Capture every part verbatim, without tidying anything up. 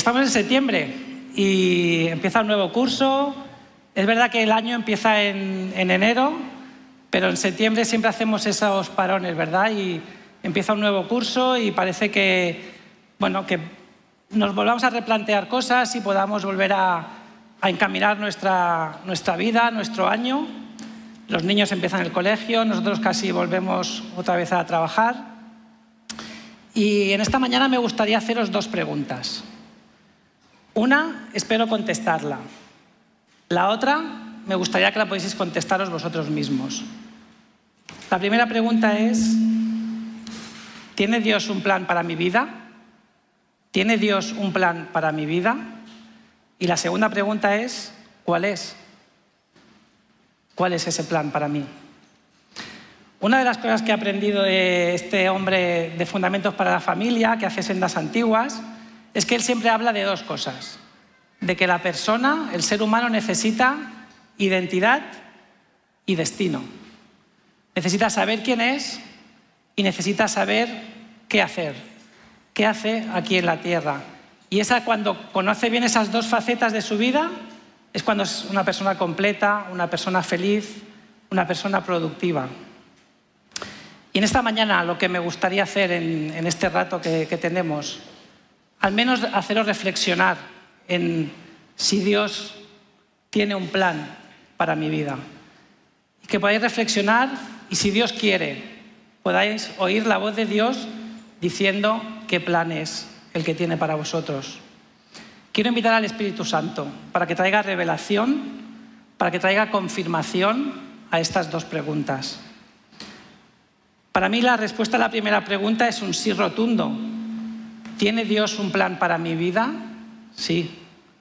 Estamos en septiembre y empieza un nuevo curso. Es verdad que el año empieza en, en enero, pero en septiembre siempre hacemos esos parones, ¿verdad? Y empieza un nuevo curso y parece que, bueno, que nos volvamos a replantear cosas y podamos volver a, a encaminar nuestra, nuestra vida, nuestro año. Los niños empiezan el colegio, nosotros casi volvemos otra vez a trabajar. Y en esta mañana me gustaría haceros dos preguntas. Una, espero contestarla. La otra, me gustaría que la pudieseis contestaros vosotros mismos. La primera pregunta es, ¿tiene Dios un plan para mi vida? ¿Tiene Dios un plan para mi vida? Y la segunda pregunta es, ¿cuál es? ¿Cuál es ese plan para mí? Una de las cosas que he aprendido de este hombre de Fundamentos para la Familia, que hace Sendas Antiguas, es que él siempre habla de dos cosas. De que la persona, el ser humano, necesita identidad y destino. Necesita saber quién es y necesita saber qué hacer. ¿Qué hace aquí en la tierra? Y esa, cuando conoce bien esas dos facetas de su vida, es cuando es una persona completa, una persona feliz, una persona productiva. Y en esta mañana lo que me gustaría hacer en, en este rato que, que tenemos, al menos haceros reflexionar en si Dios tiene un plan para mi vida. Y que podáis reflexionar y si Dios quiere, podáis oír la voz de Dios diciendo qué plan es el que tiene para vosotros. Quiero invitar al Espíritu Santo para que traiga revelación, para que traiga confirmación a estas dos preguntas. Para mí la respuesta a la primera pregunta es un sí rotundo. ¿Tiene Dios un plan para mi vida? Sí.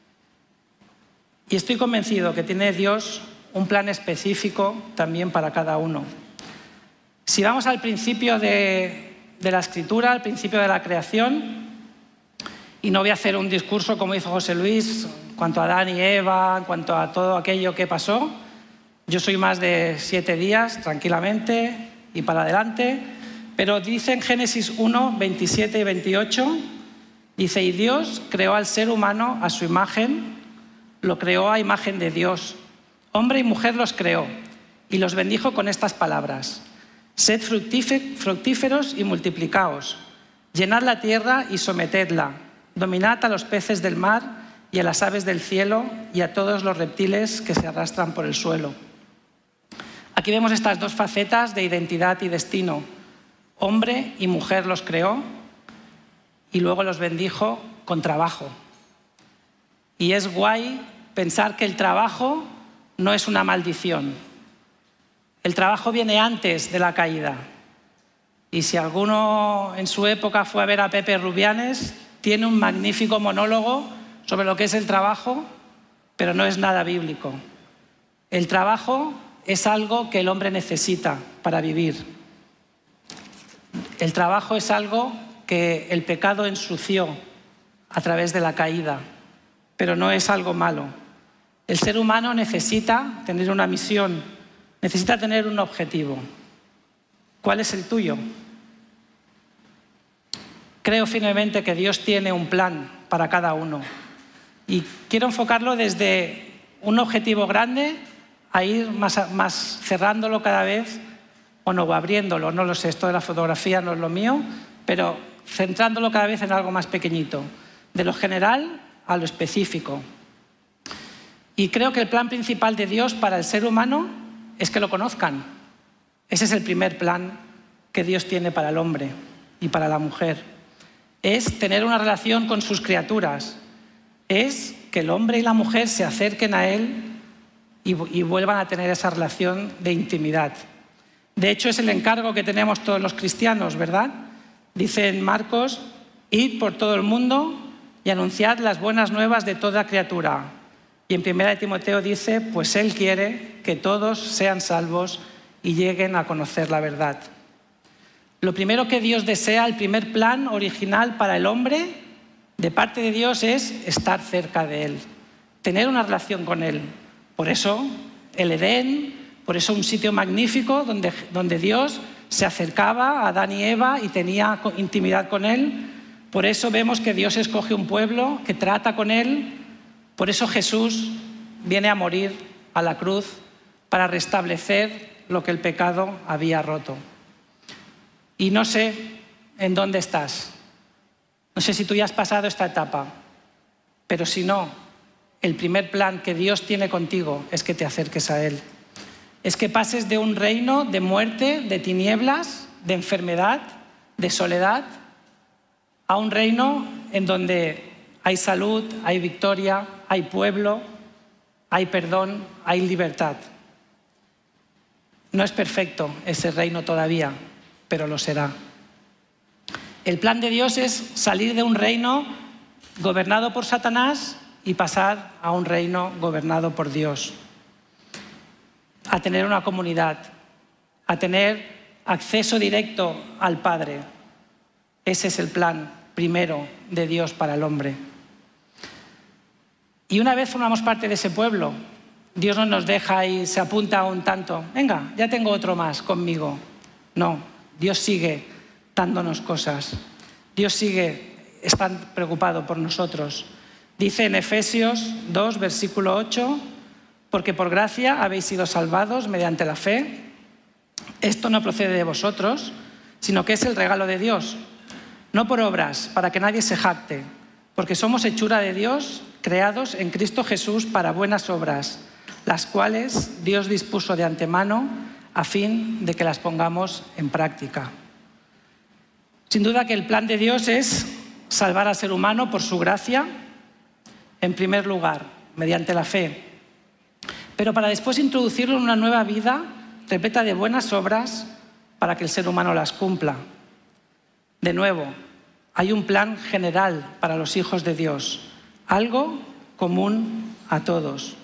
Y estoy convencido que tiene Dios un plan específico también para cada uno. Si vamos al principio de, de la Escritura, al principio de la creación, y no voy a hacer un discurso como hizo José Luis en cuanto a Adán y Eva, en cuanto a todo aquello que pasó. Yo soy más de siete días, tranquilamente, y para adelante. Pero dice en Génesis uno, veintisiete y veintiocho, dice, y Dios creó al ser humano a su imagen, lo creó a imagen de Dios. Hombre y mujer los creó y los bendijo con estas palabras. Sed fructíferos y multiplicaos. Llenad la tierra y sometedla. Dominad a los peces del mar y a las aves del cielo y a todos los reptiles que se arrastran por el suelo. Aquí vemos estas dos facetas de identidad y destino. Hombre y mujer los creó y luego los bendijo con trabajo. Y es guay pensar que el trabajo no es una maldición. El trabajo viene antes de la caída. Y si alguno en su época fue a ver a Pepe Rubianes, tiene un magnífico monólogo sobre lo que es el trabajo, pero no es nada bíblico. El trabajo es algo que el hombre necesita para vivir. El trabajo es algo que el pecado ensució a través de la caída, pero no es algo malo. El ser humano necesita tener una misión, necesita tener un objetivo. ¿Cuál es el tuyo? Creo firmemente que Dios tiene un plan para cada uno. Y quiero enfocarlo desde un objetivo grande a ir más, más cerrándolo cada vez o no, o abriéndolo, no lo sé, esto de la fotografía no es lo mío, pero centrándolo cada vez en algo más pequeñito, de lo general a lo específico. Y creo que el plan principal de Dios para el ser humano es que lo conozcan. Ese es el primer plan que Dios tiene para el hombre y para la mujer. Es tener una relación con sus criaturas. Es que el hombre y la mujer se acerquen a Él y, y vuelvan a tener esa relación de intimidad. De hecho, es el encargo que tenemos todos los cristianos, ¿verdad? Dice en Marcos, id por todo el mundo y anunciad las buenas nuevas de toda criatura. Y en primera de Timoteo dice, pues Él quiere que todos sean salvos y lleguen a conocer la verdad. Lo primero que Dios desea, el primer plan original para el hombre, de parte de Dios, es estar cerca de Él, tener una relación con Él. Por eso el Edén, por eso un sitio magnífico donde, donde Dios se acercaba a Adán y Eva y tenía intimidad con Él. Por eso vemos que Dios escoge un pueblo que trata con él. Por eso Jesús viene a morir a la cruz para restablecer lo que el pecado había roto. Y no sé en dónde estás. No sé si tú ya has pasado esta etapa, pero si no, el primer plan que Dios tiene contigo es que te acerques a Él. Es que pases de un reino de muerte, de tinieblas, de enfermedad, de soledad, a un reino en donde hay salud, hay victoria, hay pueblo, hay perdón, hay libertad. No es perfecto ese reino todavía, pero lo será. El plan de Dios es salir de un reino gobernado por Satanás y pasar a un reino gobernado por Dios. A tener una comunidad, a tener acceso directo al Padre. Ese es el plan primero de Dios para el hombre. Y una vez formamos parte de ese pueblo, Dios no nos deja y se apunta a un tanto. Venga, ya tengo otro más conmigo. No, Dios sigue dándonos cosas. Dios sigue estando preocupado por nosotros. Dice en Efesios dos, versículo ocho, porque por gracia habéis sido salvados mediante la fe. Esto no procede de vosotros, sino que es el regalo de Dios. No por obras, para que nadie se jacte, porque somos hechura de Dios, creados en Cristo Jesús para buenas obras, las cuales Dios dispuso de antemano a fin de que las pongamos en práctica. Sin duda que el plan de Dios es salvar al ser humano por su gracia, en primer lugar, mediante la fe, pero para después introducirlo en una nueva vida repleta de buenas obras para que el ser humano las cumpla. De nuevo, hay un plan general para los hijos de Dios, algo común a todos.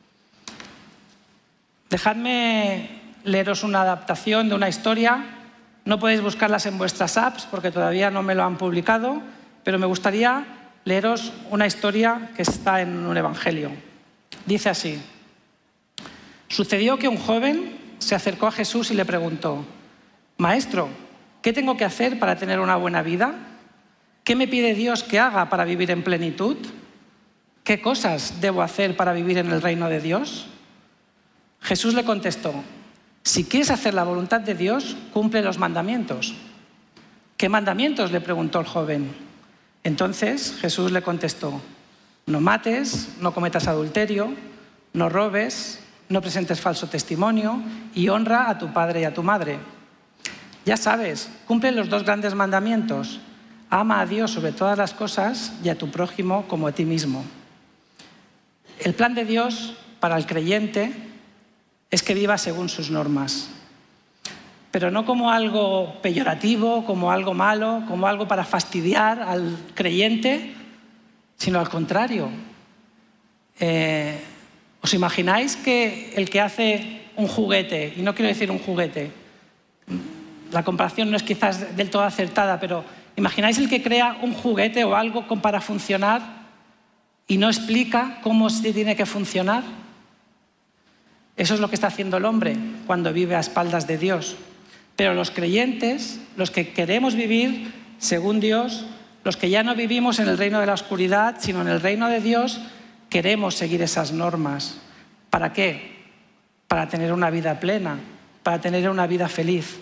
Dejadme leeros una adaptación de una historia. No podéis buscarlas en vuestras apps porque todavía no me lo han publicado, pero me gustaría leeros una historia que está en un evangelio. Dice así: sucedió que un joven se acercó a Jesús y le preguntó: Maestro, ¿qué tengo que hacer para tener una buena vida? ¿Qué me pide Dios que haga para vivir en plenitud? ¿Qué cosas debo hacer para vivir en el reino de Dios? Jesús le contestó: si quieres hacer la voluntad de Dios, cumple los mandamientos. ¿Qué mandamientos?, le preguntó el joven. Entonces Jesús le contestó: no mates, no cometas adulterio, no robes, no presentes falso testimonio y honra a tu padre y a tu madre. Ya sabes, cumple los dos grandes mandamientos: ama a Dios sobre todas las cosas y a tu prójimo como a ti mismo. El plan de Dios para el creyente es que viva según sus normas, pero no como algo peyorativo, como algo malo, como algo para fastidiar al creyente, sino al contrario. Eh, ¿Os imagináis que el que hace un juguete, y no quiero decir un juguete, la comparación no es quizás del todo acertada, pero ¿imagináis el que crea un juguete o algo para funcionar y no explica cómo se tiene que funcionar? Eso es lo que está haciendo el hombre cuando vive a espaldas de Dios. Pero los creyentes, los que queremos vivir según Dios, los que ya no vivimos en el reino de la oscuridad, sino en el reino de Dios, queremos seguir esas normas. ¿Para qué? Para tener una vida plena, para tener una vida feliz.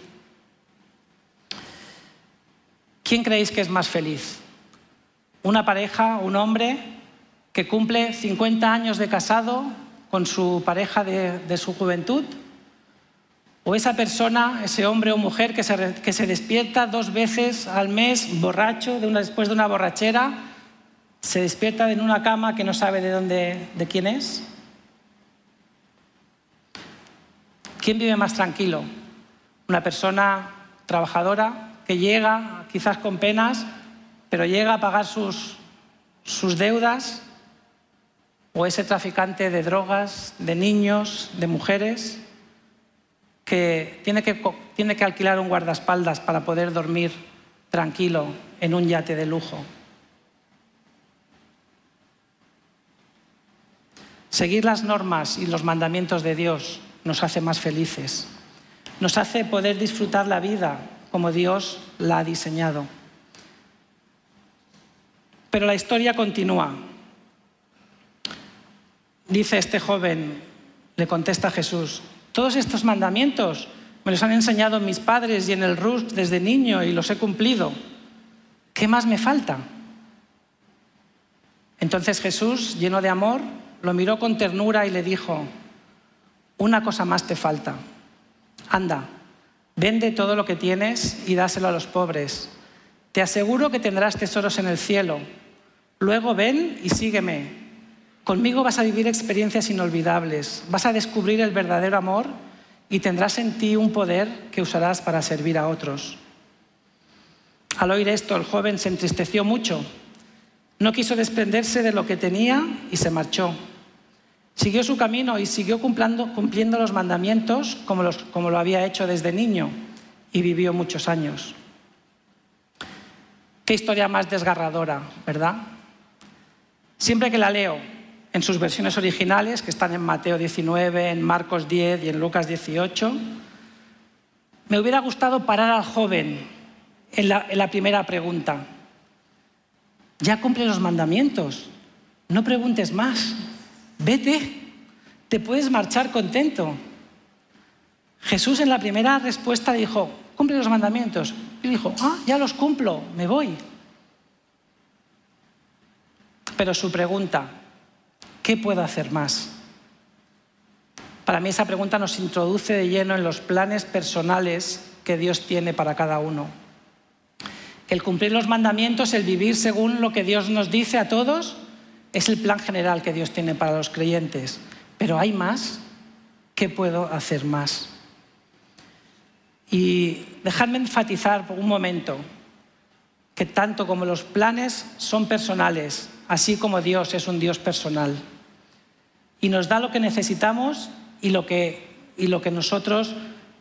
¿Quién creéis que es más feliz? ¿Una pareja, un hombre que cumple cincuenta años de casado con su pareja de, de su juventud? ¿O esa persona, ese hombre o mujer que se, que se despierta dos veces al mes borracho, de una, después de una borrachera, se despierta en una cama que no sabe de dónde, de quién es? ¿Quién vive más tranquilo? ¿Una persona trabajadora que llega, quizás con penas, pero llega a pagar sus, sus deudas? ¿O ese traficante de drogas, de niños, de mujeres, que tiene que, tiene que alquilar un guardaespaldas para poder dormir tranquilo en un yate de lujo? Seguir las normas y los mandamientos de Dios nos hace más felices, nos hace poder disfrutar la vida como Dios la ha diseñado. Pero la historia continúa. Dice este joven, le contesta Jesús, todos estos mandamientos me los han enseñado mis padres y en el R U S desde niño y los he cumplido. ¿Qué más me falta? Entonces Jesús, lleno de amor, lo miró con ternura y le dijo, una cosa más te falta. Anda, vende todo lo que tienes y dáselo a los pobres. Te aseguro que tendrás tesoros en el cielo. Luego ven y sígueme. Conmigo vas a vivir experiencias inolvidables. Vas a descubrir el verdadero amor y tendrás en ti un poder que usarás para servir a otros. Al oír esto, el joven se entristeció mucho. No quiso desprenderse de lo que tenía y se marchó. Siguió su camino y siguió cumpliendo, cumpliendo los mandamientos como, los, como lo había hecho desde niño y vivió muchos años. Qué historia más desgarradora, ¿verdad? Siempre que la leo en sus versiones originales, que están en Mateo diecinueve, en Marcos diez y en Lucas dieciocho, me hubiera gustado parar al joven en la, en la primera pregunta. Ya cumple los mandamientos, no preguntes más, vete, te puedes marchar contento. Jesús en la primera respuesta dijo, cumple los mandamientos. Y dijo, ah, ya los cumplo, me voy. Pero su pregunta, ¿qué puedo hacer más? Para mí esa pregunta nos introduce de lleno en los planes personales que Dios tiene para cada uno. El cumplir los mandamientos, el vivir según lo que Dios nos dice a todos, es el plan general que Dios tiene para los creyentes. Pero ¿hay más? ¿Qué puedo hacer más? Y dejadme enfatizar por un momento que tanto como los planes son personales, así como Dios es un Dios personal. Y nos da lo que necesitamos y lo que, y lo que nosotros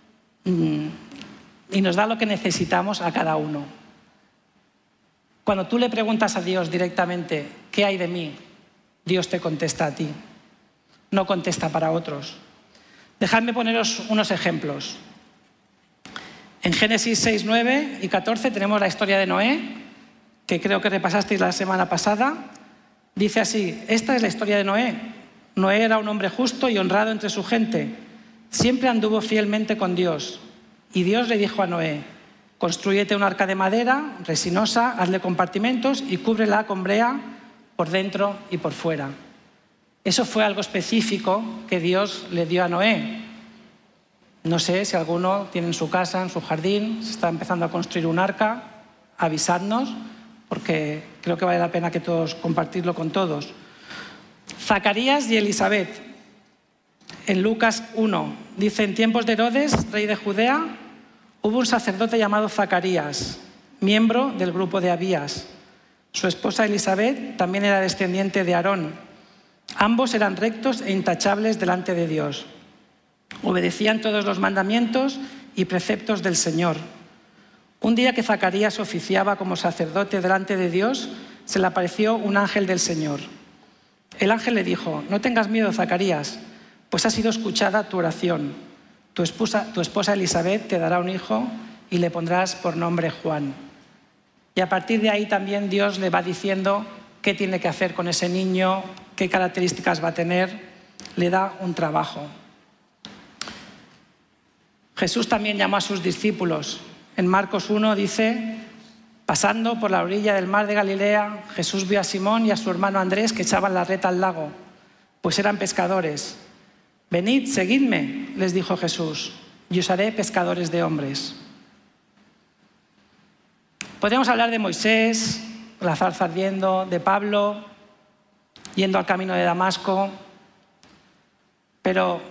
y nos da lo que necesitamos a cada uno. Cuando tú le preguntas a Dios directamente, ¿qué hay de mí? Dios te contesta a ti, no contesta para otros. Dejadme poneros unos ejemplos. En Génesis seis, nueve y catorce tenemos la historia de Noé, que creo que repasasteis la semana pasada. Dice así, esta es la historia de Noé. Noé era un hombre justo y honrado entre su gente. Siempre anduvo fielmente con Dios. Y Dios le dijo a Noé, Constrúyete un arca de madera resinosa, hazle compartimentos y cúbrela con brea por dentro y por fuera. Eso fue algo específico que Dios le dio a Noé. No sé si alguno tiene en su casa, en su jardín, se está empezando a construir un arca, avisadnos, porque creo que vale la pena que todos compartirlo con todos. Zacarías y Elisabet. En Lucas uno dice, en tiempos de Herodes, rey de Judea, hubo un sacerdote llamado Zacarías, miembro del grupo de Abías. Su esposa Elisabet también era descendiente de Aarón. Ambos eran rectos e intachables delante de Dios. Obedecían todos los mandamientos y preceptos del Señor. Un día que Zacarías oficiaba como sacerdote delante de Dios, se le apareció un ángel del Señor. El ángel le dijo, no tengas miedo, Zacarías, pues ha sido escuchada tu oración. Tu esposa, tu esposa Elisabet te dará un hijo y le pondrás por nombre Juan. Y a partir de ahí también Dios le va diciendo qué tiene que hacer con ese niño, qué características va a tener, le da un trabajo. Jesús también llamó a sus discípulos. En Marcos uno dice, pasando por la orilla del mar de Galilea, Jesús vio a Simón y a su hermano Andrés que echaban la red al lago, pues eran pescadores. Venid, seguidme, les dijo Jesús, y os haré pescadores de hombres. Podríamos hablar de Moisés, la zarza ardiendo, de Pablo, yendo al camino de Damasco, pero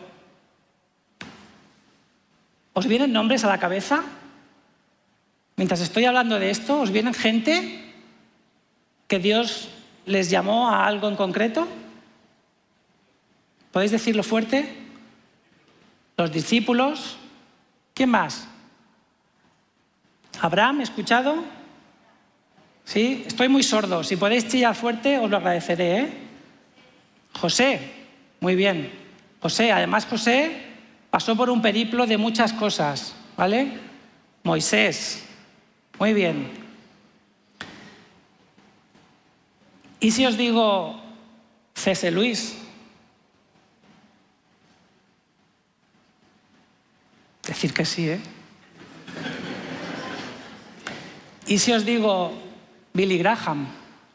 ¿os vienen nombres a la cabeza? Mientras estoy hablando de esto, ¿os vienen gente que Dios les llamó a algo en concreto? ¿Podéis decirlo fuerte? Los discípulos. ¿Quién más? ¿Abraham? ¿He escuchado? Sí, estoy muy sordo. Si podéis chillar fuerte, os lo agradeceré, ¿eh? José. Muy bien. José. Además, José pasó por un periplo de muchas cosas, ¿vale? Moisés. Muy bien. ¿Y si os digo C S Luis? Decir que sí, ¿eh? ¿Y si os digo Billy Graham?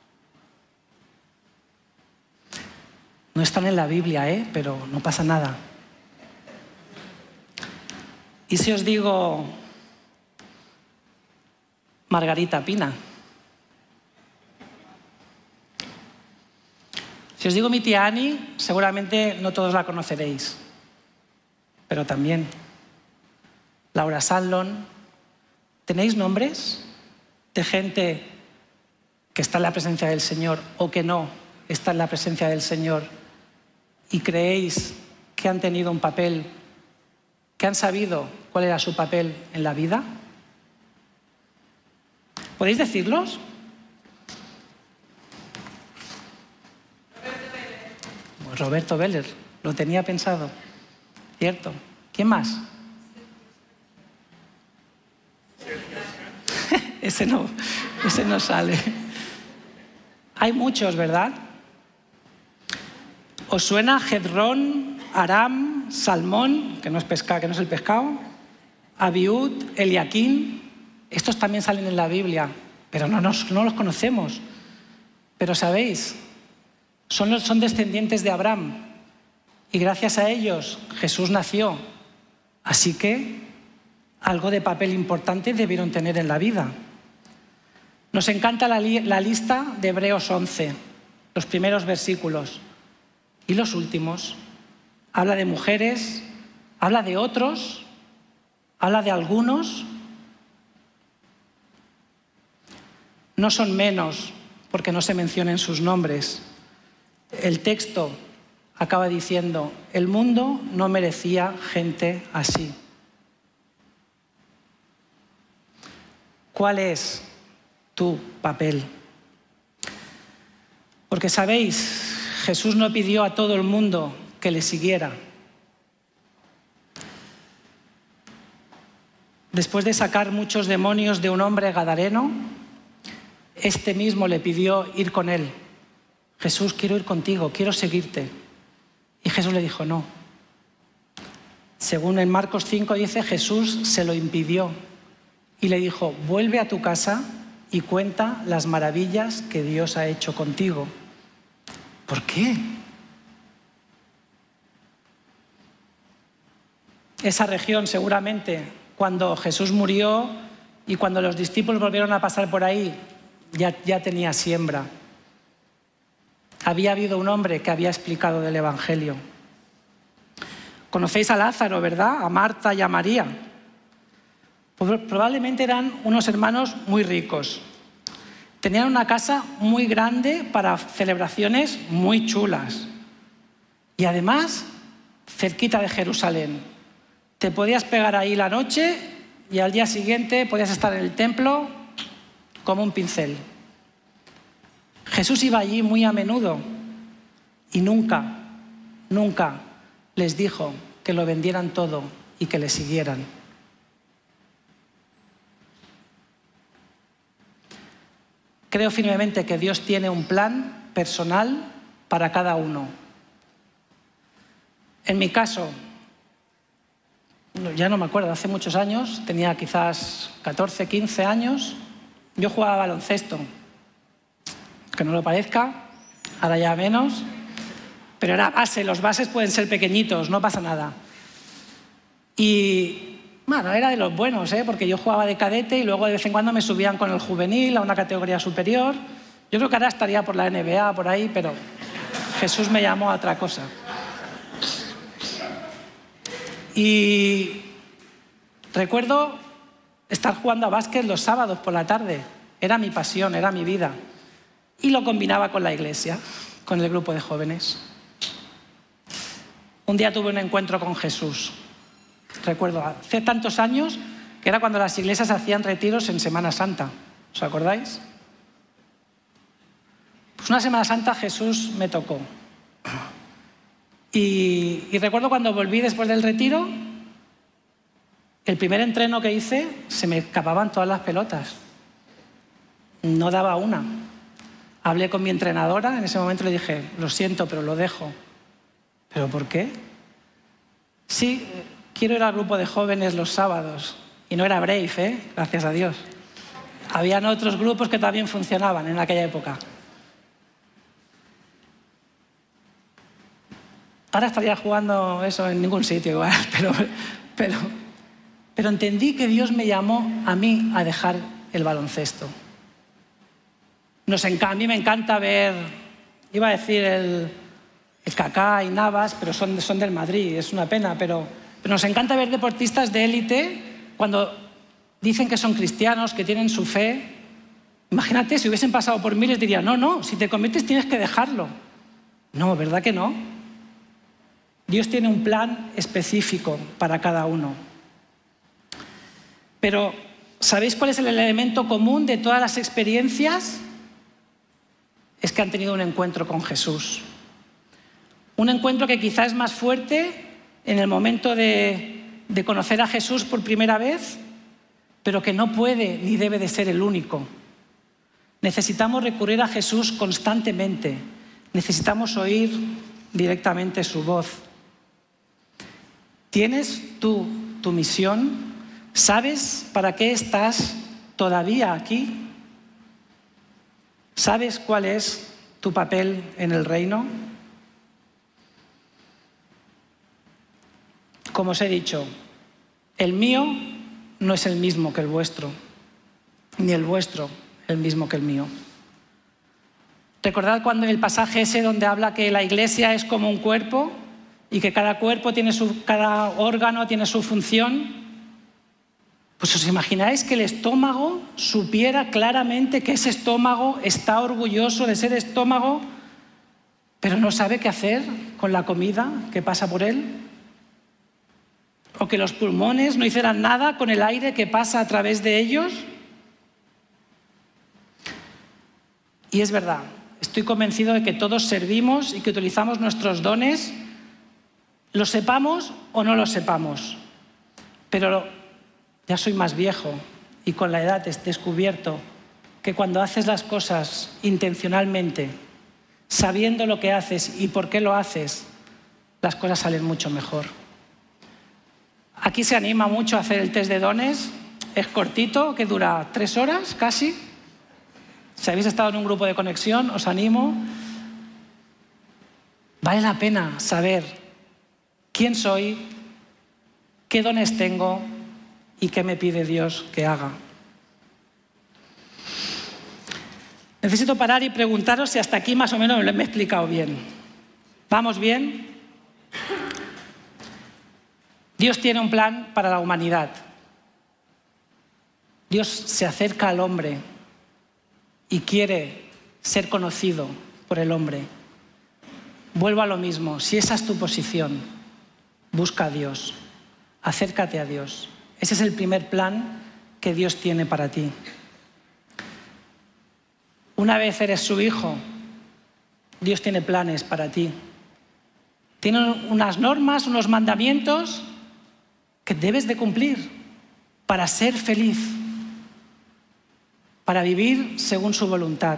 No están en la Biblia, ¿eh? Pero no pasa nada. ¿Y si os digo Margarita Pina? Si os digo mi tía Annie, seguramente no todos la conoceréis, pero también Laura Sandlon. ¿Tenéis nombres de gente que está en la presencia del Señor o que no está en la presencia del Señor y creéis que han tenido un papel, que han sabido cuál era su papel en la vida? ¿Podéis decirlos? Pues Roberto Vélez, lo tenía pensado. Cierto. ¿Quién más? ese no, ese no sale. Hay muchos, ¿verdad? ¿Os suena Gedrón, Aram, Salmón, que no es pesca, que no es el pescado? Abiud, Eliaquín. Estos también salen en la Biblia, pero no, nos, no los conocemos. Pero sabéis, son, los, son descendientes de Abraham y gracias a ellos Jesús nació. Así que algo de papel importante debieron tener en la vida. Nos encanta la, li, la lista de Hebreos once, los primeros versículos. Y los últimos, habla de mujeres, habla de otros, habla de algunos. No son menos porque no se mencionen sus nombres. El texto acaba diciendo, el mundo no merecía gente así. ¿Cuál es tu papel? Porque sabéis, Jesús no pidió a todo el mundo que le siguiera. Después de sacar muchos demonios de un hombre gadareno, este mismo le pidió ir con él. Jesús, quiero ir contigo, quiero seguirte. Y Jesús le dijo, no. Según en Marcos cinco dice, Jesús se lo impidió y le dijo, vuelve a tu casa y cuenta las maravillas que Dios ha hecho contigo. ¿Por qué? Esa región seguramente, cuando Jesús murió y cuando los discípulos volvieron a pasar por ahí, ya, ya tenía siembra. Había habido un hombre que había explicado del Evangelio. Conocéis a Lázaro, ¿verdad? A Marta y a María. Pues probablemente eran unos hermanos muy ricos. Tenían una casa muy grande para celebraciones muy chulas. Y además, cerquita de Jerusalén. Te podías pegar ahí la noche y al día siguiente podías estar en el templo como un pincel. Jesús iba allí muy a menudo y nunca, nunca les dijo que lo vendieran todo y que le siguieran. Creo firmemente que Dios tiene un plan personal para cada uno. En mi caso, ya no me acuerdo, hace muchos años, tenía quizás catorce, quince años, yo jugaba baloncesto. Que no lo parezca, ahora ya menos, pero era base, los bases pueden ser pequeñitos, no pasa nada. Y bueno, era de los buenos, ¿eh? Porque yo jugaba de cadete y luego de vez en cuando me subían con el juvenil a una categoría superior. Yo creo que ahora estaría por la N B A, por ahí, pero Jesús me llamó a otra cosa. Y recuerdo estar jugando a básquet los sábados por la tarde. Era mi pasión, era mi vida. Y lo combinaba con la iglesia, con el grupo de jóvenes. Un día tuve un encuentro con Jesús. Recuerdo, hace tantos años, que era cuando las iglesias hacían retiros en Semana Santa. ¿Os acordáis? Pues una Semana Santa Jesús me tocó. Y, y recuerdo cuando volví después del retiro, el primer entreno que hice, se me escapaban todas las pelotas. No daba una. Hablé con mi entrenadora, en ese momento le dije, lo siento, pero lo dejo. ¿Pero por qué? Sí, quiero ir al grupo de jóvenes los sábados. Y no era Brave, ¿eh? Gracias a Dios. Habían otros grupos que también funcionaban en aquella época. Ahora estaría jugando eso en ningún sitio igual, pero, pero, pero entendí que Dios me llamó a mí a dejar el baloncesto. Nos enca- a mí me encanta ver, iba a decir el, el Kaká y Navas, pero son, son del Madrid, es una pena, pero, pero nos encanta ver deportistas de élite cuando dicen que son cristianos, que tienen su fe. Imagínate, si hubiesen pasado por mí les diría, no, no, si te conviertes tienes que dejarlo. No, ¿verdad que no? Dios tiene un plan específico para cada uno. Pero, ¿sabéis cuál es el elemento común de todas las experiencias? Es que han tenido un encuentro con Jesús. Un encuentro que quizás es más fuerte en el momento de, de conocer a Jesús por primera vez, pero que no puede ni debe de ser el único. Necesitamos recurrir a Jesús constantemente. Necesitamos oír directamente su voz. ¿Tienes tú tu misión? ¿Sabes para qué estás todavía aquí? ¿Sabes cuál es tu papel en el reino? Como os he dicho, el mío no es el mismo que el vuestro, ni el vuestro el mismo que el mío. Recordad cuando el pasaje ese donde habla que la iglesia es como un cuerpo y que cada cuerpo tiene su, cada órgano tiene su función. Pues os imagináis que el estómago supiera claramente que ese estómago está orgulloso de ser estómago, pero no sabe qué hacer con la comida que pasa por él. O que los pulmones no hicieran nada con el aire que pasa a través de ellos. Y es verdad, estoy convencido de que todos servimos y que utilizamos nuestros dones, lo sepamos o no lo sepamos. Pero ya soy más viejo y con la edad he descubierto que cuando haces las cosas intencionalmente, sabiendo lo que haces y por qué lo haces, las cosas salen mucho mejor. Aquí se anima mucho a hacer el test de dones. Es cortito, que dura tres horas casi. Si habéis estado en un grupo de conexión, os animo. Vale la pena saber quién soy, qué dones tengo y qué me pide Dios que haga. Necesito parar y preguntaros si hasta aquí más o menos me lo he explicado bien. ¿Vamos bien? Dios tiene un plan para la humanidad. Dios se acerca al hombre y quiere ser conocido por el hombre. Vuelvo a lo mismo, si esa es tu posición, busca a Dios, acércate a Dios. Ese es el primer plan que Dios tiene para ti. Una vez eres su hijo, Dios tiene planes para ti. Tiene unas normas, unos mandamientos que debes de cumplir para ser feliz, para vivir según su voluntad.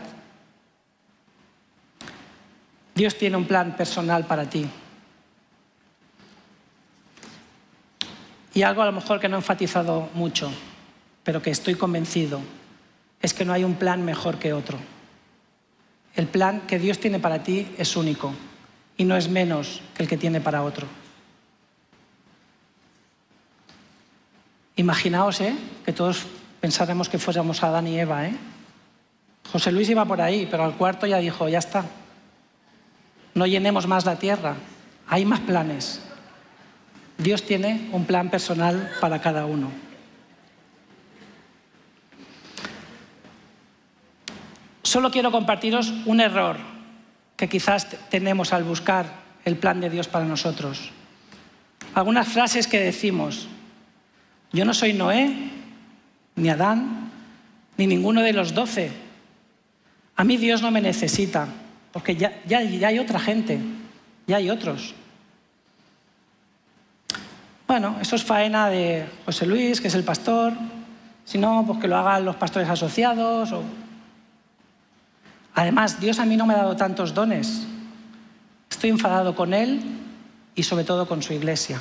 Dios tiene un plan personal para ti. Y algo a lo mejor que no he enfatizado mucho, pero que estoy convencido, es que no hay un plan mejor que otro. El plan que Dios tiene para ti es único y no es menos que el que tiene para otro. Imaginaos, ¿eh?, que todos pensáramos que fuéramos Adán y Eva, ¿eh? José Luis iba por ahí, pero al cuarto ya dijo, ya está. No llenemos más la tierra, hay más planes. Dios tiene un plan personal para cada uno. Solo quiero compartiros un error que quizás tenemos al buscar el plan de Dios para nosotros. Algunas frases que decimos. Yo no soy Noé, ni Adán, ni ninguno de los doce. A mí Dios no me necesita, porque ya, ya, ya hay otra gente, ya hay otros. Bueno, eso es faena de José Luis, que es el pastor. Si no, pues que lo hagan los pastores asociados. O... Además, Dios a mí no me ha dado tantos dones. Estoy enfadado con Él y sobre todo con su iglesia.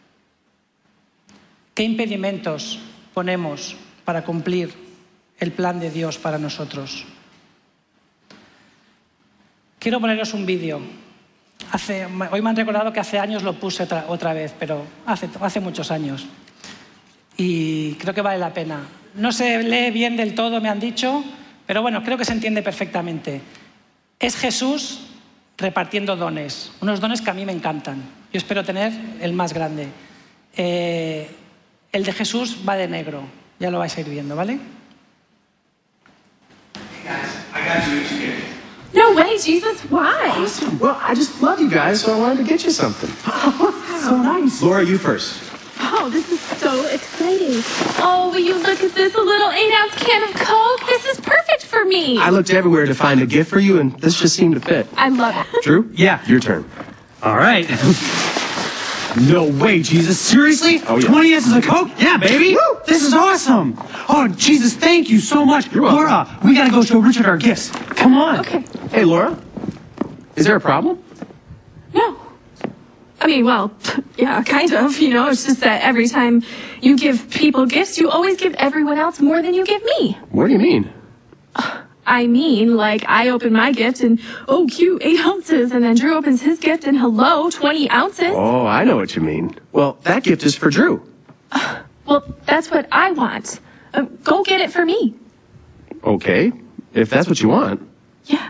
¿Qué impedimentos ponemos para cumplir el plan de Dios para nosotros? Quiero poneros un vídeo. Hace, hoy me han recordado que hace años lo puse otra, otra vez, pero hace, hace muchos años. Y creo que vale la pena. No se lee bien del todo, me han dicho, pero bueno, creo que se entiende perfectamente. Es Jesús repartiendo dones, unos dones que a mí me encantan. Yo espero tener el más grande. Eh, el de Jesús va de negro, ya lo vais a ir viendo, ¿vale? Hey guys, I got you each gift. No way, Jesus, why? Awesome. Well, I just love you guys, so I wanted to get you something. So nice. Laura, you first. Oh, this is so exciting. Oh, will you look at this, a little eight-ounce can of Coke? This is perfect for me. I looked everywhere to find a gift for you, and this just seemed to fit. I love it. Drew? Yeah. Your turn. All right. No way, Jesus. Seriously? Oh, yeah. twenty ounces of Coke? Yeah, baby. Woo! This is awesome. Oh, Jesus, thank you so much. You're welcome. Laura, we got to go show Richard our gifts. Come on. Okay. Hey, Laura. Is there a problem? No. I mean, well, yeah, kind of, you know. It's just that every time you give people gifts, you always give everyone else more than you give me. What do you mean? I mean, like, I open my gift and, oh, cute, eight ounces. And then Drew opens his gift and, hello, twenty ounces. Oh, I know what you mean. Well, that gift is for Drew. Well, that's what I want. Uh, go get it for me. Okay, if that's what you want. Yeah.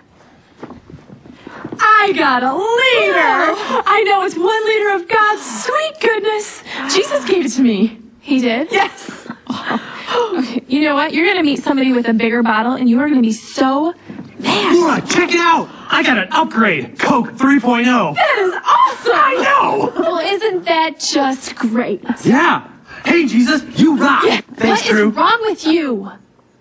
I got a liter! I know, it's one liter of God's sweet goodness. Jesus gave it to me. He did? Yes. Okay, you know what? You're going to meet somebody with a bigger bottle, and you are going to be so mad. Laura, check it out. I got an upgrade. Coke three point oh. That is awesome! I know. Well, isn't that just great? Yeah. Hey, Jesus, you rock. Yeah. Thanks, What Drew. is wrong with you?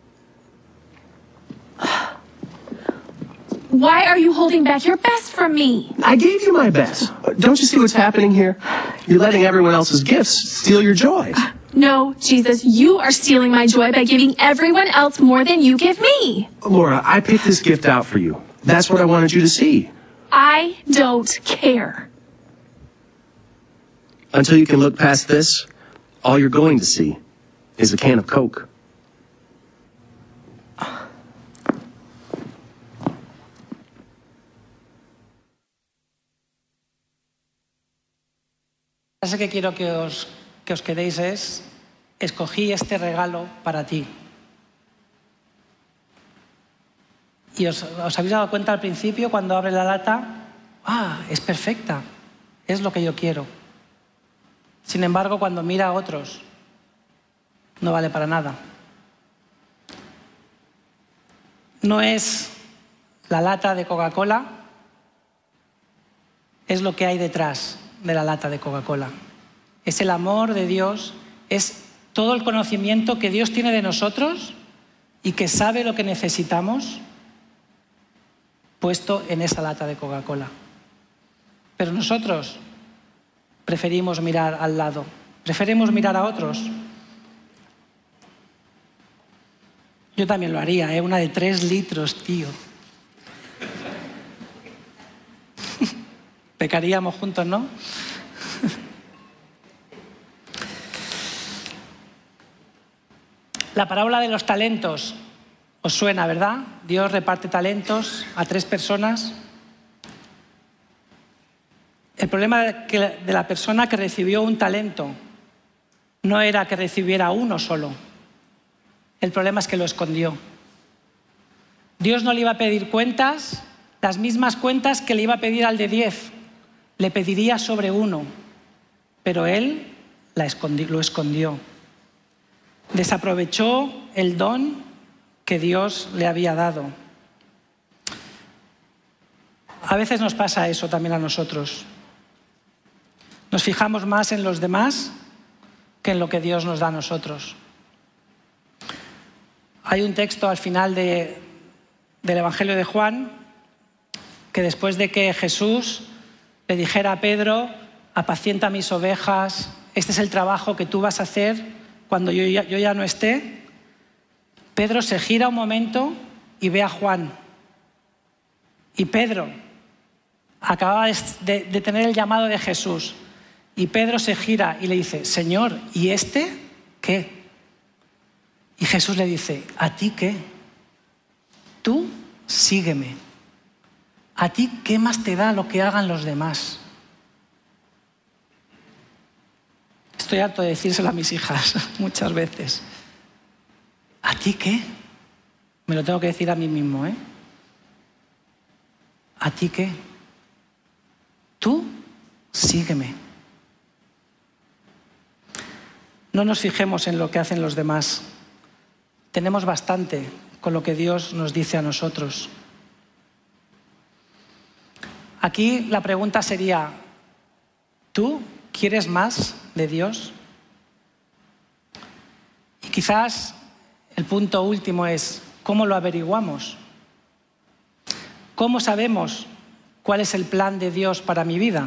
Why are you holding back your best from me? I gave you my best. Don't you see what's happening here? You're letting everyone else's gifts steal your joy. No, Jesus, you are stealing my joy by giving everyone else more than you give me. Laura, I picked this gift out for you. That's what I wanted you to see. I don't care. Until you can look past this, all you're going to see is a can of Coke. La frase que quiero que os, que os quedéis es: escogí este regalo para ti. Y os, os habéis dado cuenta al principio, cuando abre la lata, ah, es perfecta, es lo que yo quiero. Sin embargo, cuando mira a otros, no vale para nada. No es la lata de Coca-Cola, es lo que hay detrás de la lata de Coca-Cola. Es el amor de Dios, es todo el conocimiento que Dios tiene de nosotros y que sabe lo que necesitamos puesto en esa lata de Coca-Cola. Pero nosotros preferimos mirar al lado, preferimos mirar a otros. Yo también lo haría, ¿eh? Una de tres litros, tío. Pecaríamos juntos, ¿no? La parábola de los talentos os suena, ¿verdad? Dios reparte talentos a tres personas. El problema de la persona que recibió un talento no era que recibiera uno solo. El problema es que lo escondió. Dios no le iba a pedir cuentas, las mismas cuentas que le iba a pedir al de diez. Le pediría sobre uno, pero él la escondi- lo escondió. Desaprovechó el don que Dios le había dado. A veces nos pasa eso también a nosotros. Nos fijamos más en los demás que en lo que Dios nos da a nosotros. Hay un texto al final de, del Evangelio de Juan que después de que Jesús le dijera a Pedro: apacienta mis ovejas, este es el trabajo que tú vas a hacer cuando yo ya, yo ya no esté, Pedro se gira un momento y ve a Juan Y Pedro acababa de, de tener el llamado de Jesús. Y Pedro se gira y le dice, Señor, ¿y este qué? Y Jesús le dice, ¿a ti qué? Tú sígueme. ¿A ti qué más te da lo que hagan los demás? Estoy harto de decírselo a mis hijas muchas veces. ¿A ti qué? Me lo tengo que decir a mí mismo, ¿eh? ¿A ti qué? Tú sígueme. No nos fijemos en lo que hacen los demás. Tenemos bastante con lo que Dios nos dice a nosotros. Aquí la pregunta sería, ¿tú quieres más de Dios? Y quizás el punto último es, ¿cómo lo averiguamos? ¿Cómo sabemos cuál es el plan de Dios para mi vida?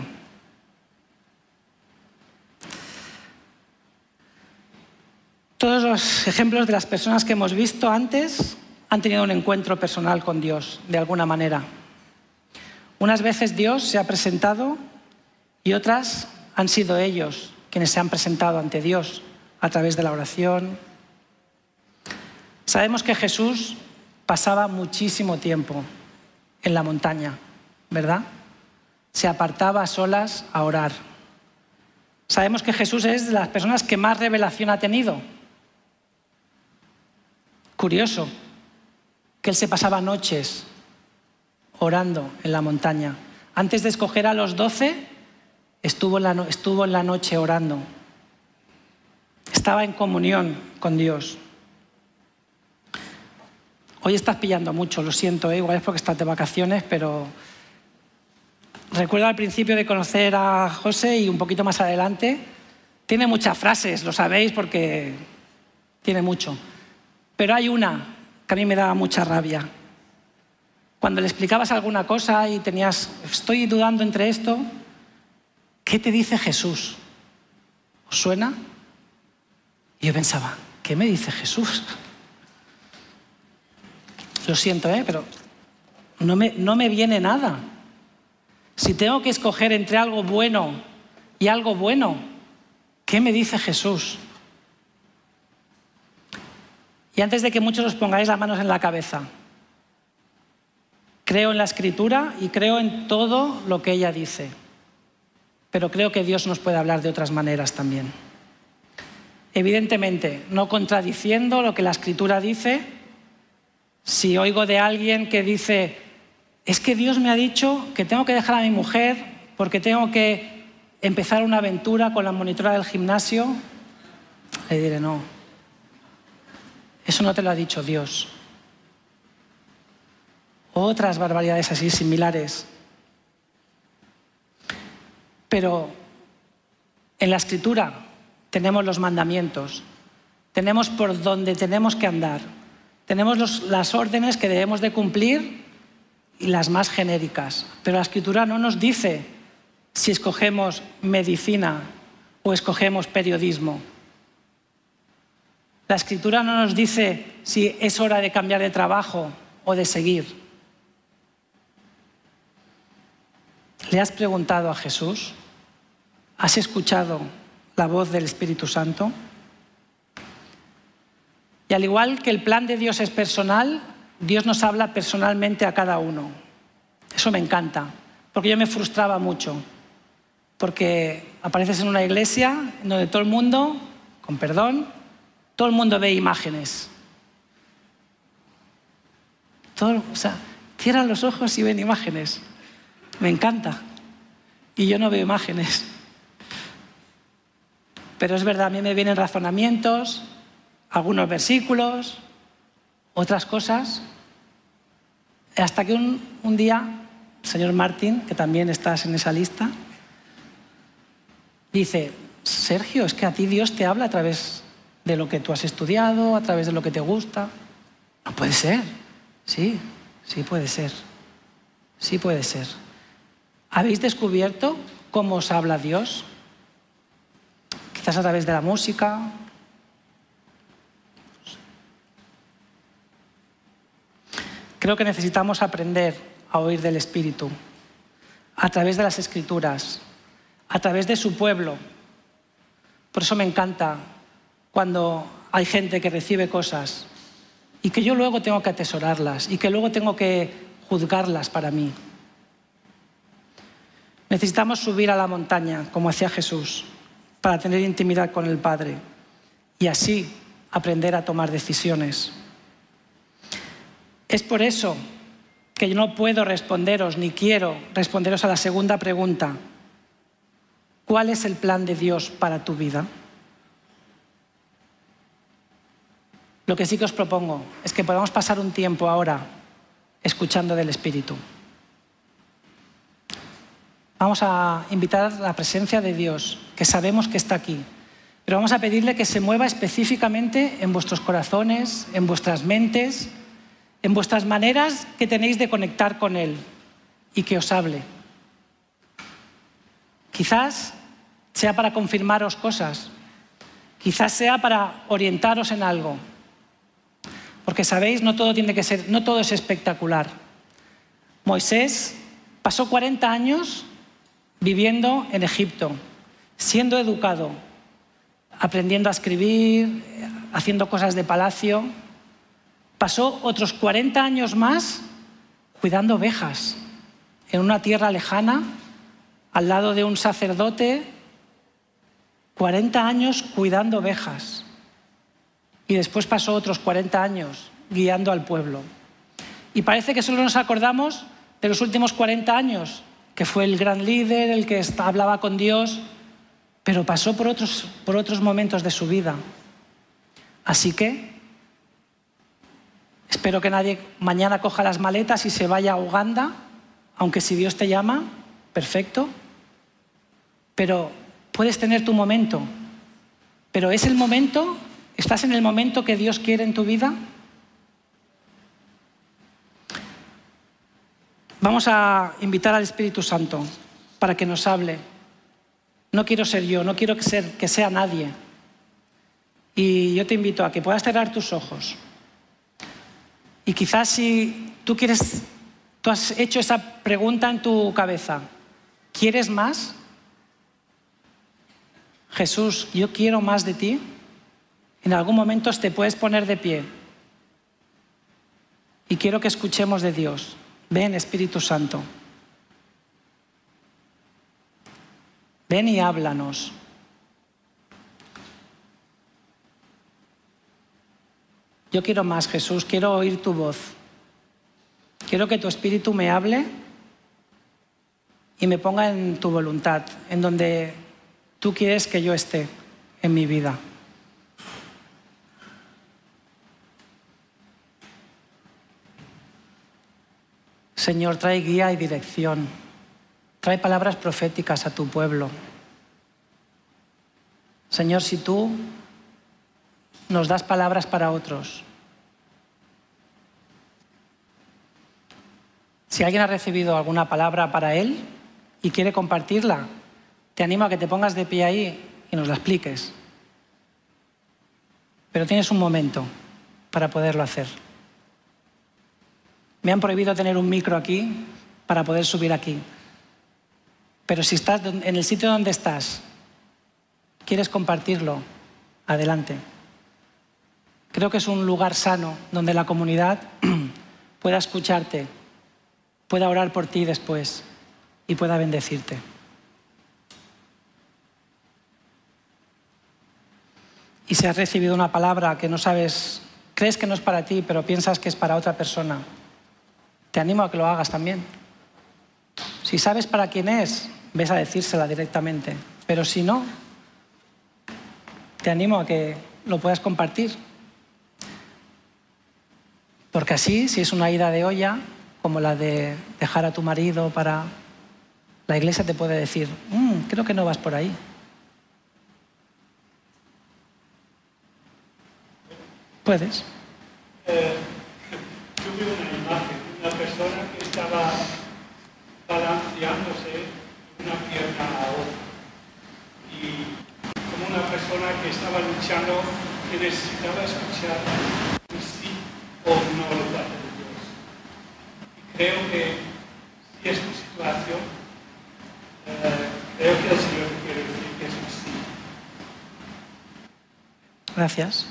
Todos los ejemplos de las personas que hemos visto antes han tenido un encuentro personal con Dios, de alguna manera. Unas veces Dios se ha presentado y otras han sido ellos quienes se han presentado ante Dios a través de la oración. Sabemos que Jesús pasaba muchísimo tiempo en la montaña, ¿verdad? Se apartaba a solas a orar. Sabemos que Jesús es de las personas que más revelación ha tenido. Curioso que él se pasaba noches orando en la montaña. Antes de escoger a los doce, estuvo en la, no- estuvo en la noche orando. Estaba en comunión con Dios. Hoy estás pillando mucho, lo siento, ¿eh? Igual es porque estás de vacaciones, pero recuerdo al principio de conocer a José y un poquito más adelante. Tiene muchas frases, lo sabéis, porque tiene mucho. Pero hay una que a mí me daba mucha rabia. Cuando le explicabas alguna cosa y tenías, estoy dudando entre esto, ¿qué te dice Jesús? ¿Os suena? Y yo pensaba, ¿qué me dice Jesús? Lo siento, ¿eh? Pero no me, no me viene nada. Si tengo que escoger entre algo bueno y algo bueno, ¿qué me dice Jesús? Y antes de que muchos os pongáis las manos en la cabeza, creo en la Escritura y creo en todo lo que ella dice. Pero creo que Dios nos puede hablar de otras maneras también. Evidentemente, no contradiciendo lo que la Escritura dice. Si oigo de alguien que dice, es que Dios me ha dicho que tengo que dejar a mi mujer porque tengo que empezar una aventura con la monitora del gimnasio, le diré, no, eso no te lo ha dicho Dios. Otras barbaridades así similares. Pero en la Escritura tenemos los mandamientos, tenemos por dónde tenemos que andar, tenemos los, las órdenes que debemos de cumplir y las más genéricas. Pero la Escritura no nos dice si escogemos medicina o escogemos periodismo. La Escritura no nos dice si es hora de cambiar de trabajo o de seguir. ¿Le has preguntado a Jesús? ¿Has escuchado la voz del Espíritu Santo? Y al igual que el plan de Dios es personal, Dios nos habla personalmente a cada uno. Eso me encanta, porque yo me frustraba mucho. Porque apareces en una iglesia donde todo el mundo, con perdón, todo el mundo ve imágenes. Todo, o sea, cierran los ojos y ven imágenes. Me encanta. Y yo no veo imágenes. Pero es verdad, a mí me vienen razonamientos, algunos versículos, otras cosas. Hasta que un, un día, el señor Martín, que también estás en esa lista, dice, Sergio, es que a ti Dios te habla a través de lo que tú has estudiado, a través de lo que te gusta. No puede ser. Sí, sí puede ser. Sí puede ser. ¿Habéis descubierto cómo os habla Dios? Quizás a través de la música. Creo que necesitamos aprender a oír del Espíritu, a través de las Escrituras, a través de su pueblo. Por eso me encanta cuando hay gente que recibe cosas y que yo luego tengo que atesorarlas y que luego tengo que juzgarlas para mí. Necesitamos subir a la montaña, como hacía Jesús, para tener intimidad con el Padre y así aprender a tomar decisiones. Es por eso que yo no puedo responderos, ni quiero responderos a la segunda pregunta. ¿Cuál es el plan de Dios para tu vida? Lo que sí que os propongo es que podamos pasar un tiempo ahora escuchando del Espíritu. Vamos a invitar a la presencia de Dios, que sabemos que está aquí, pero vamos a pedirle que se mueva específicamente en vuestros corazones, en vuestras mentes, en vuestras maneras que tenéis de conectar con Él y que os hable. Quizás sea para confirmaros cosas, quizás sea para orientaros en algo, porque sabéis, no todo tiene que ser, no todo es espectacular. Moisés pasó cuarenta años viviendo en Egipto, siendo educado, aprendiendo a escribir, haciendo cosas de palacio. Pasó otros cuarenta años más cuidando ovejas en una tierra lejana, al lado de un sacerdote. cuarenta años cuidando ovejas. Y después pasó otros cuarenta años guiando al pueblo. Y parece que solo nos acordamos de los últimos cuarenta años, que fue el gran líder, el que hablaba con Dios, pero pasó por otros, por otros momentos de su vida. Así que espero que nadie mañana coja las maletas y se vaya a Uganda, aunque si Dios te llama, perfecto. Pero puedes tener tu momento. Pero ¿es el momento? ¿Estás en el momento que Dios quiere en tu vida? Vamos a invitar al Espíritu Santo para que nos hable. No quiero ser yo, no quiero que, ser, que sea nadie. Y yo te invito a que puedas cerrar tus ojos. Y quizás si tú quieres, tú has hecho esa pregunta en tu cabeza, ¿quieres más? Jesús, yo quiero más de ti. En algún momento te puedes poner de pie. Y quiero que escuchemos de Dios. Ven, Espíritu Santo. Ven y háblanos. Yo quiero más, Jesús, quiero oír tu voz. Quiero que tu Espíritu me hable y me ponga en tu voluntad, en donde tú quieres que yo esté en mi vida. Señor, trae guía y dirección. Trae palabras proféticas a tu pueblo. Señor, si tú nos das palabras para otros, si alguien ha recibido alguna palabra para él y quiere compartirla, te animo a que te pongas de pie ahí y nos la expliques. Pero tienes un momento para poderlo hacer. Me han prohibido tener un micro aquí para poder subir aquí. Pero si estás en el sitio donde estás, quieres compartirlo, adelante. Creo que es un lugar sano donde la comunidad pueda escucharte, pueda orar por ti después y pueda bendecirte. Y si has recibido una palabra que no sabes, crees que no es para ti, pero piensas que es para otra persona, te animo a que lo hagas también. Si sabes para quién es, ves a decírsela directamente. Pero si no, te animo a que lo puedas compartir. Porque así, si es una ida de olla, como la de dejar a tu marido para... La iglesia te puede decir, mmm, creo que no vas por ahí. ¿Puedes? Eh, yo vi una imagen, una persona que estaba balanceándose una pierna a otra. Y como una persona que estaba luchando, que necesitaba escuchar un sí o un no de parte de Dios. Y creo que situación, eh, creo que el Señor te quiere decir que es un sí. Gracias.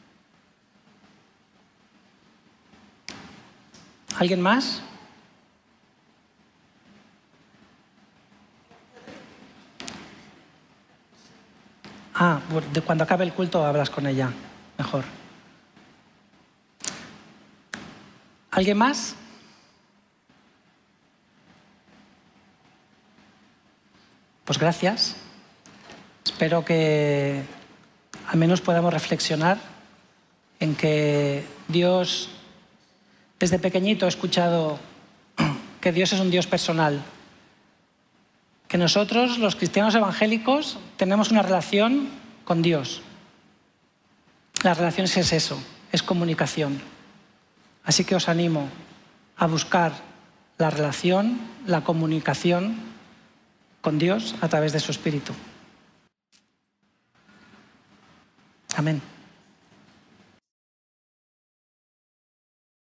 ¿Alguien más? Ah, de cuando acabe el culto hablas con ella. Mejor. ¿Alguien más? Pues gracias. Espero que al menos podamos reflexionar en que Dios, desde pequeñito he escuchado que Dios es un Dios personal, que nosotros, los cristianos evangélicos, tenemos una relación con Dios. La relación es eso, es comunicación. Así que os animo a buscar la relación, la comunicación con Dios a través de su Espíritu. Amén.